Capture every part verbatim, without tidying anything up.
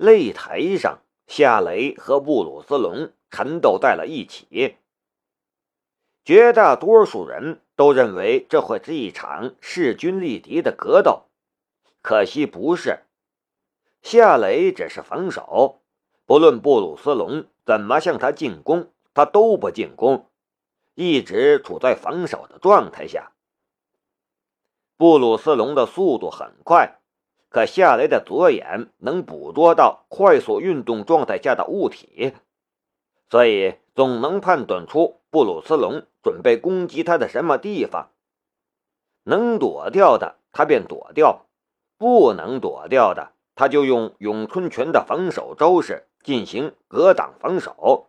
擂台上，夏雷和布鲁斯龙缠斗在了一起。绝大多数人都认为这会是一场势均力敌的格斗，可惜不是。夏雷只是防守，不论布鲁斯龙怎么向他进攻，他都不进攻，一直处在防守的状态下。布鲁斯龙的速度很快，可夏雷的左眼能捕捉到快速运动状态下的物体，所以总能判断出布鲁斯龙准备攻击他的什么地方。能躲掉的他便躲掉，不能躲掉的他就用咏春拳的防守招式进行格挡防守。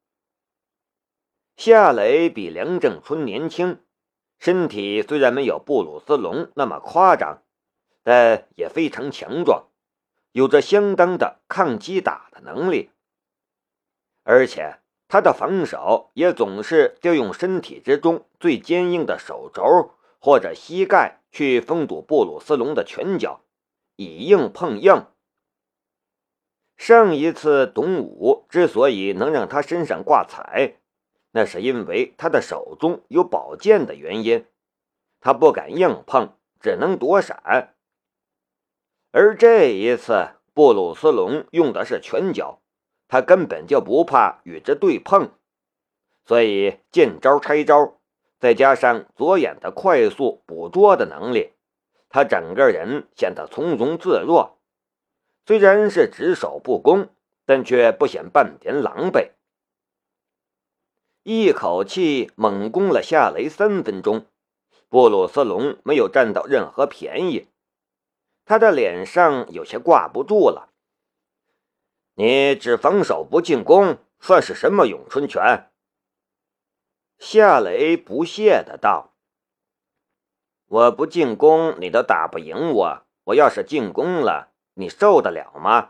夏雷比梁正春年轻，身体虽然没有布鲁斯龙那么夸张，但也非常强壮，有着相当的抗击打的能力。而且他的防守也总是调用身体之中最坚硬的手肘或者膝盖去封堵布鲁斯龙的拳脚，以硬碰硬。上一次董武之所以能让他身上挂彩，那是因为他的手中有宝剑的原因，他不敢硬碰，只能躲闪。而这一次布鲁斯龙用的是拳脚，他根本就不怕与之对碰，所以见招拆招，再加上左眼的快速捕捉的能力，他整个人显得从容自若。虽然是只守不攻，但却不显半点狼狈。一口气猛攻了夏雷三分钟，布鲁斯龙没有占到任何便宜，他的脸上有些挂不住了。你只防守不进攻，算是什么咏春拳？夏雷不屑的道。我不进攻你都打不赢我，我要是进攻了，你受得了吗？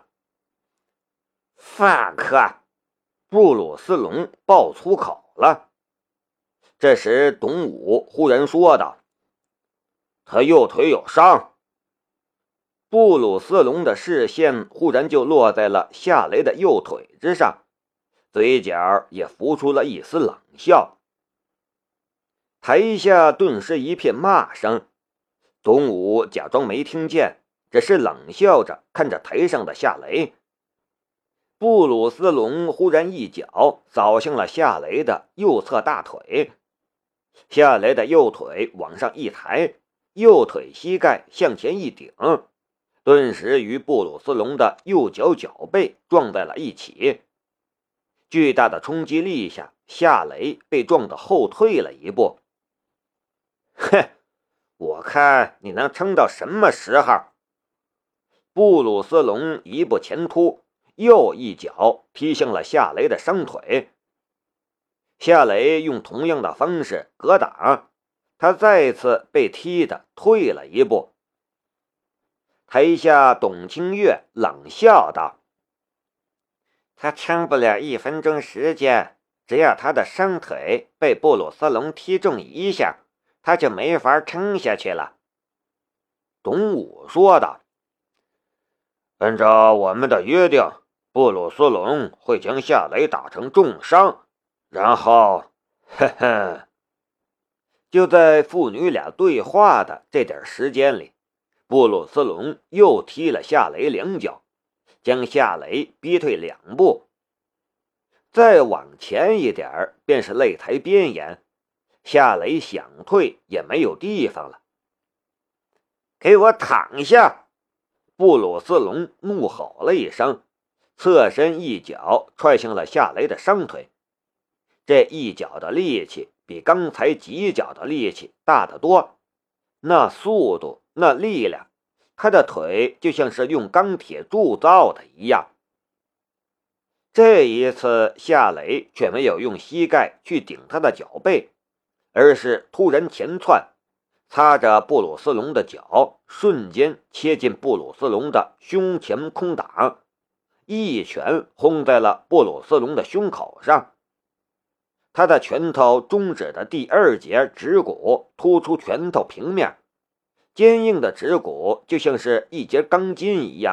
fuck！ 布鲁斯龙爆粗口了。这时董武忽然说道，他右腿有伤。布鲁斯龙的视线忽然就落在了夏雷的右腿之上，嘴角也浮出了一丝冷笑。台下顿时一片骂声，董武假装没听见，只是冷笑着看着台上的夏雷。布鲁斯龙忽然一脚扫向了夏雷的右侧大腿，夏雷的右腿往上一抬，右腿膝盖向前一顶，顿时与布鲁斯龙的右脚脚背撞在了一起。巨大的冲击力下，夏雷被撞得后退了一步。哼，我看你能撑到什么时候？布鲁斯龙一步前突，又一脚踢向了夏雷的伤腿。夏雷用同样的方式格挡，他再次被踢得退了一步。台下董清月冷笑道，他撑不了一分钟时间，只要他的伤腿被布鲁斯龙踢中一下，他就没法撑下去了。董武说道，按照我们的约定，布鲁斯龙会将夏雷打成重伤，然后呵呵。就在父女俩对话的这点时间里，布鲁斯龙又踢了夏雷两脚，将夏雷逼退两步。再往前一点便是擂台边沿，夏雷想退也没有地方了。给我躺下！布鲁斯龙怒吼了一声，侧身一脚踹向了夏雷的伤腿。这一脚的力气比刚才几脚的力气大得多，那速度，那力量，他的腿就像是用钢铁铸造的一样。这一次夏雷却没有用膝盖去顶他的脚背，而是突然前窜，擦着布鲁斯龙的脚，瞬间切进布鲁斯龙的胸前空档，一拳轰在了布鲁斯龙的胸口上。他的拳头中指的第二节指骨突出拳头平面，坚硬的指骨就像是一节钢筋一样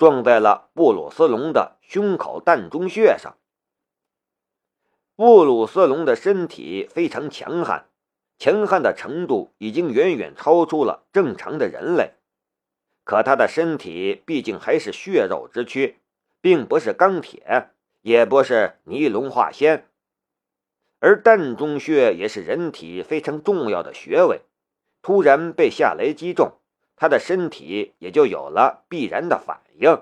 撞在了布鲁斯龙的胸口膻中穴上。布鲁斯龙的身体非常强悍，强悍的程度已经远远超出了正常的人类。可他的身体毕竟还是血肉之躯，并不是钢铁，也不是尼龙化纤。而膻中穴也是人体非常重要的穴位，突然被夏雷击中，他的身体也就有了必然的反应。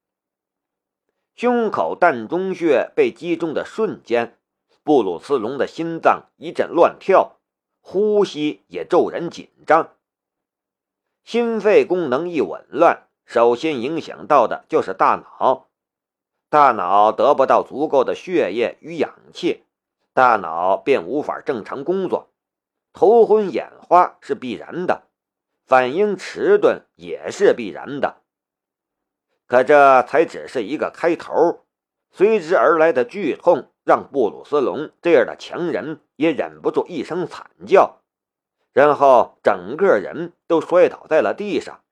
胸口膻中穴被击中的瞬间，布鲁斯龙的心脏一阵乱跳，呼吸也骤然紧张。心肺功能一紊乱，首先影响到的就是大脑。大脑得不到足够的血液与氧气，大脑便无法正常工作，头昏眼花是必然的，反应迟钝也是必然的。可这才只是一个开头，随之而来的剧痛让布鲁斯龙这样的强人也忍不住一声惨叫，然后整个人都摔倒在了地上。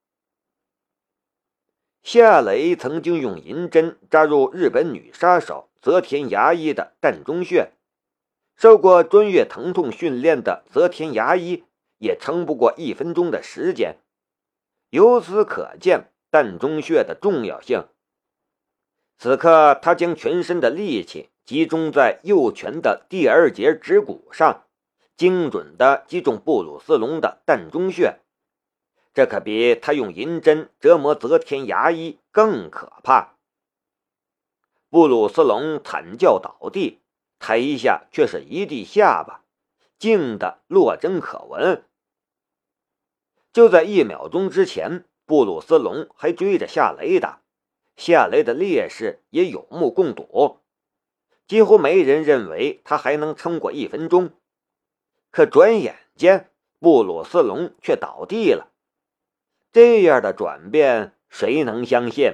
夏雷曾经用银针扎入日本女杀手泽田牙医的膻中穴，受过专业疼痛训练的泽田牙医也撑不过一分钟的时间，由此可见膻中穴的重要性。此刻他将全身的力气集中在右拳的第二节指骨上，精准地击中布鲁斯龙的膻中穴，这可比他用银针折磨泽田牙医更可怕。布鲁斯龙惨叫倒地，台下却是一地下巴，静得落针可闻。就在一秒钟之前，布鲁斯龙还追着夏雷打，夏雷的烈士也有目共睹，几乎没人认为他还能撑过一分钟。可转眼间，布鲁斯龙却倒地了。这样的转变，谁能相信？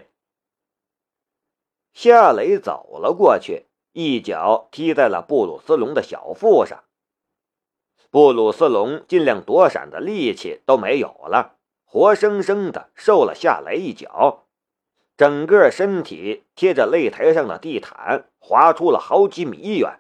夏雷走了过去，一脚踢在了布鲁斯龙的小腹上。布鲁斯龙尽量躲闪的力气都没有了，活生生的受了夏雷一脚，整个身体贴着擂台上的地毯滑出了好几米远。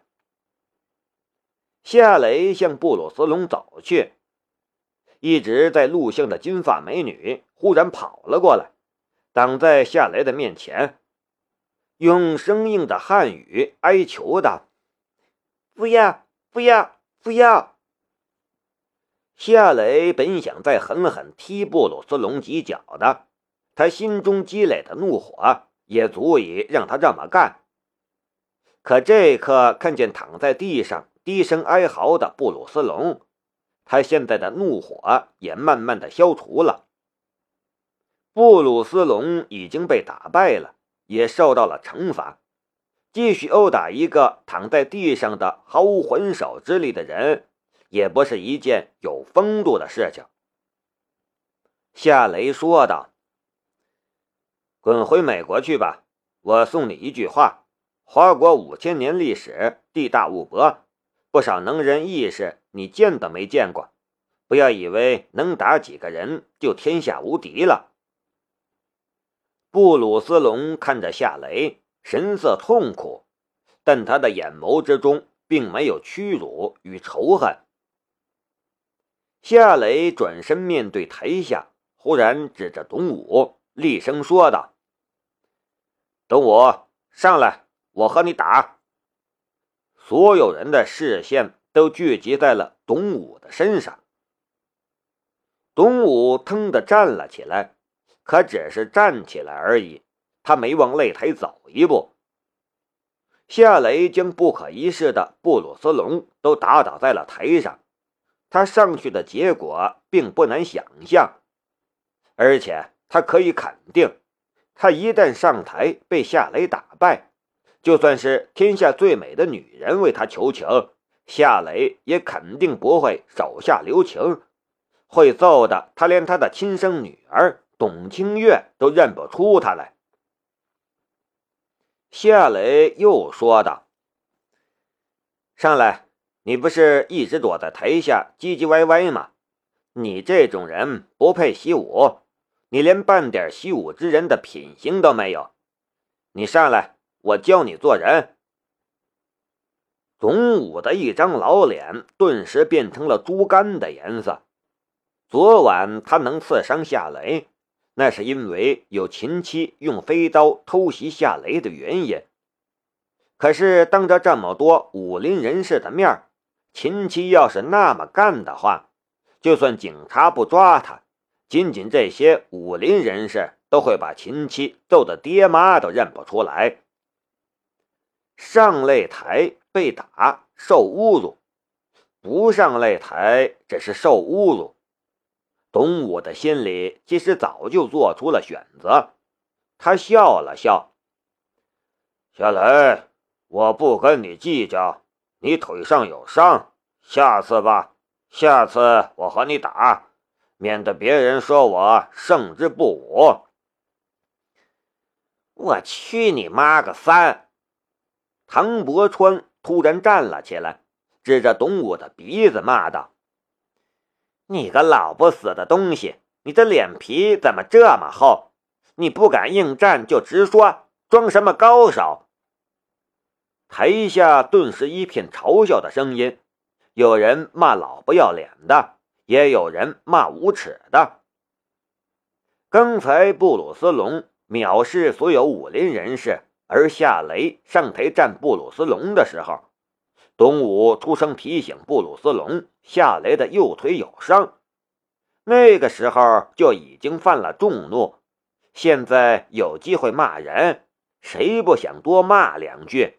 夏雷向布鲁斯龙走去，一直在录像的金发美女忽然跑了过来，挡在夏雷的面前，用生硬的汉语哀求道：“不要，不要，不要！”夏雷本想再狠狠踢布鲁斯龙几脚的，他心中积累的怒火也足以让他这么干。可这一刻看见躺在地上低声哀嚎的布鲁斯龙，他现在的怒火也慢慢的消除了。布鲁斯龙已经被打败了，也受到了惩罚，继续殴打一个躺在地上的毫无还手之力的人，也不是一件有风度的事情。夏雷说道：“滚回美国去吧，我送你一句话，华国五千年历史，地大物博，不少能人异士你见都没见过，不要以为能打几个人就天下无敌了。”布鲁斯龙看着夏雷，神色痛苦，但他的眼眸之中并没有屈辱与仇恨。夏雷转身面对台下，忽然指着董武，厉声说道：“董武，上来，我和你打！”所有人的视线都聚集在了董武的身上。董武腾地站了起来，可只是站起来而已，他没往擂台走一步。夏雷将不可一世的布鲁斯龙都打倒在了台上，他上去的结果并不难想象，而且他可以肯定，他一旦上台被夏雷打败，就算是天下最美的女人为他求情，夏雷也肯定不会手下留情，会揍的他连他的亲生女儿董清月都认不出他来。夏雷又说道：“上来，你不是一直躲在台下唧唧歪歪吗？你这种人不配习武， 你连半点习武之人的品行都没有。你上来，我教你做人。董武的一张老脸顿时变成了猪肝的颜色。昨晚他能刺伤夏雷，那是因为有秦七用飞刀偷袭夏雷的原因。可是当着这么多武林人士的面，秦七要是那么干的话，就算警察不抓他，仅仅这些武林人士都会把秦七揍得爹妈都认不出来。上擂台被打受侮辱，不上擂台只是受侮辱。董武的心里其实早就做出了选择，他笑了笑：夏雷，我不跟你计较，你腿上有伤，下次吧，下次我和你打，免得别人说我胜之不武。我去你妈个三！唐伯川突然站了起来，指着董武的鼻子骂道：你个老不死的东西，你的脸皮怎么这么厚？你不敢应战就直说，装什么高手？台下顿时一片嘲笑的声音，有人骂老不要脸的，也有人骂无耻的。刚才布鲁斯龙藐视所有武林人士，而夏雷上台战布鲁斯龙的时候，董武出声提醒布鲁斯龙夏雷的右腿有伤，那个时候就已经犯了众怒，现在有机会骂人，谁不想多骂两句？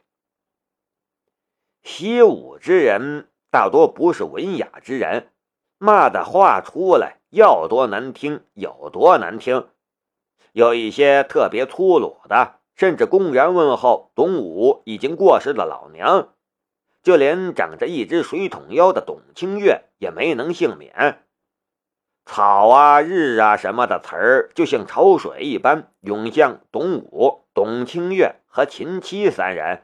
习武之人大多不是文雅之人，骂的话出来要多难听有多难听。有一些特别粗鲁的，甚至公然问候董武已经过世的老娘，就连长着一只水桶腰的董清月也没能幸免。草啊日啊什么的词儿就像潮水一般涌向董武、董清月和秦七三人。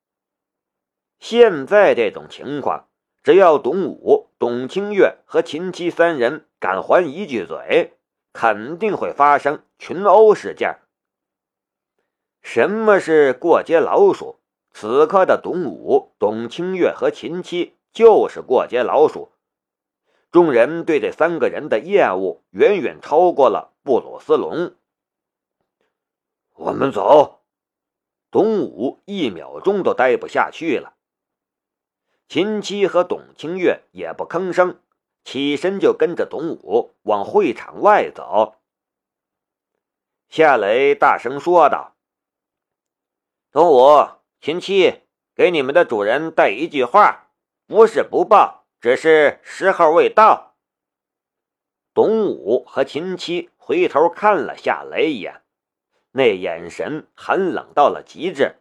现在这种情况，只要董武、董清月和秦七三人敢还一句嘴，肯定会发生群殴事件。什么是过街老鼠？此刻的董武、董清月和秦七就是过街老鼠。众人对这三个人的厌恶远远超过了布鲁斯龙。我们走！董武一秒钟都待不下去了。秦七和董清月也不吭声，起身就跟着董武往会场外走。夏雷大声说道：董武、秦七，给你们的主人带一句话，不是不报，只是时候未到。董武和秦七回头看了夏雷一眼，那眼神寒冷到了极致。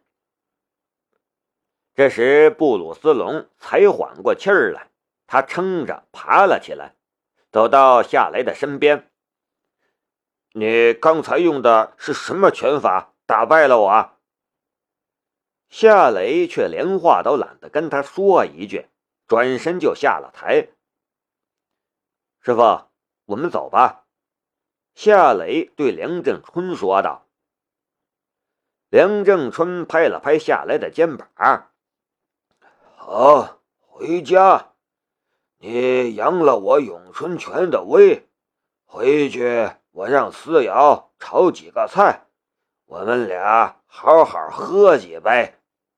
这时布鲁斯龙才缓过气儿来，他撑着爬了起来，走到夏雷的身边。你刚才用的是什么拳法打败了我？夏雷却连话都懒得跟他说一句，转身就下了台。师傅，我们走吧。夏雷对梁正春说道。梁正春拍了拍夏雷的肩膀。好，回家。你扬了我咏春拳的威，回去我让思瑶炒几个菜，我们俩好好喝几杯。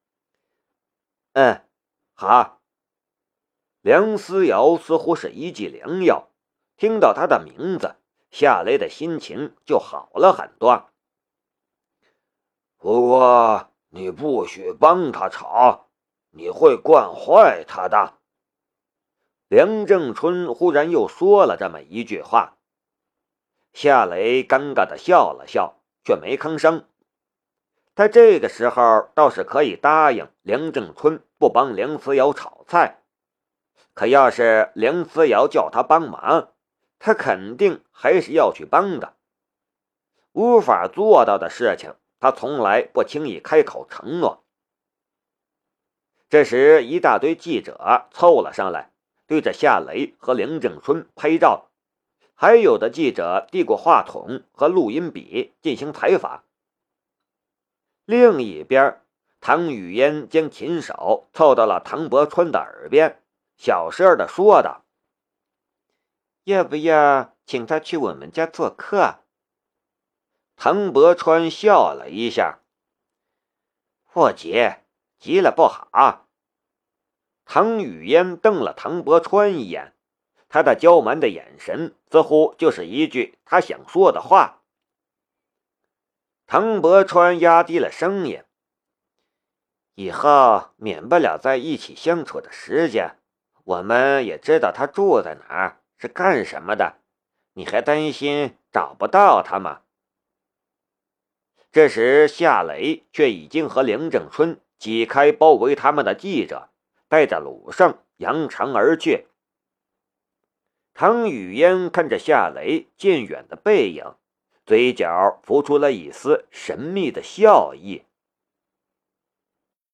嗯，好。梁思瑶似乎是一剂良药，听到他的名字，夏雷的心情就好了很多。不过你不许帮他炒，你会惯坏他的。梁正春忽然又说了这么一句话。夏雷尴尬地笑了笑，却没吭声。他这个时候倒是可以答应梁正春不帮梁思瑶炒菜，可要是梁思瑶叫他帮忙，他肯定还是要去帮的。无法做到的事情，他从来不轻易开口承诺。这时一大堆记者凑了上来，对着夏雷和梁正春拍照， 还有的记者递过话筒和录音笔进行采访。另一边，唐雨嫣将琴手凑到了唐伯川的耳边，小声地说道：“要不要请他去我们家做客？”唐伯川笑了一下：“不急，急了不好。”唐雨嫣瞪了唐伯川一眼，他的娇蛮的眼神似乎就是一句他想说的话。唐伯川压低了声音：“以后免不了在一起相处的时间，我们也知道他住在哪儿，是干什么的，你还担心找不到他吗？”这时夏雷却已经和梁正春挤开包围他们的记者，带着鲁胜扬长而去。唐雨嫣看着夏雷渐远的背影，嘴角浮出了一丝神秘的笑意。